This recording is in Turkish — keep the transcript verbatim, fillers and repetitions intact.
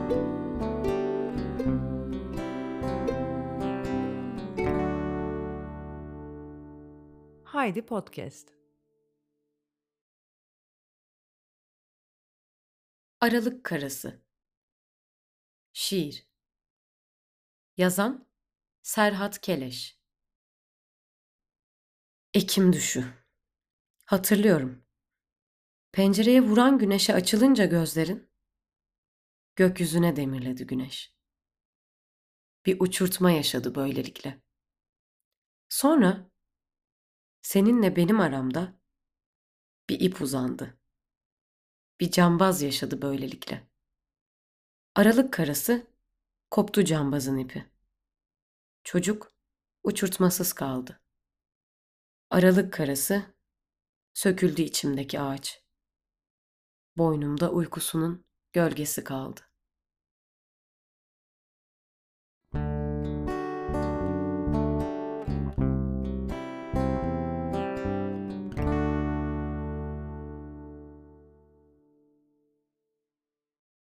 Haydi Podcast. Aralık Karası. Şiir. Yazan Serhat Keleş. Ekim düşü. Hatırlıyorum. Pencereye vuran güneşe açılınca gözlerin, gökyüzüne demirledi güneş. Bir uçurtma yaşadı böylelikle. Sonra seninle benim aramda bir ip uzandı. Bir cambaz yaşadı böylelikle. Aralık karası koptu cambazın ipi. Çocuk uçurtmasız kaldı. Aralık karası söküldü içimdeki ağaç. Boynumda uykusunun gölgesi kaldı.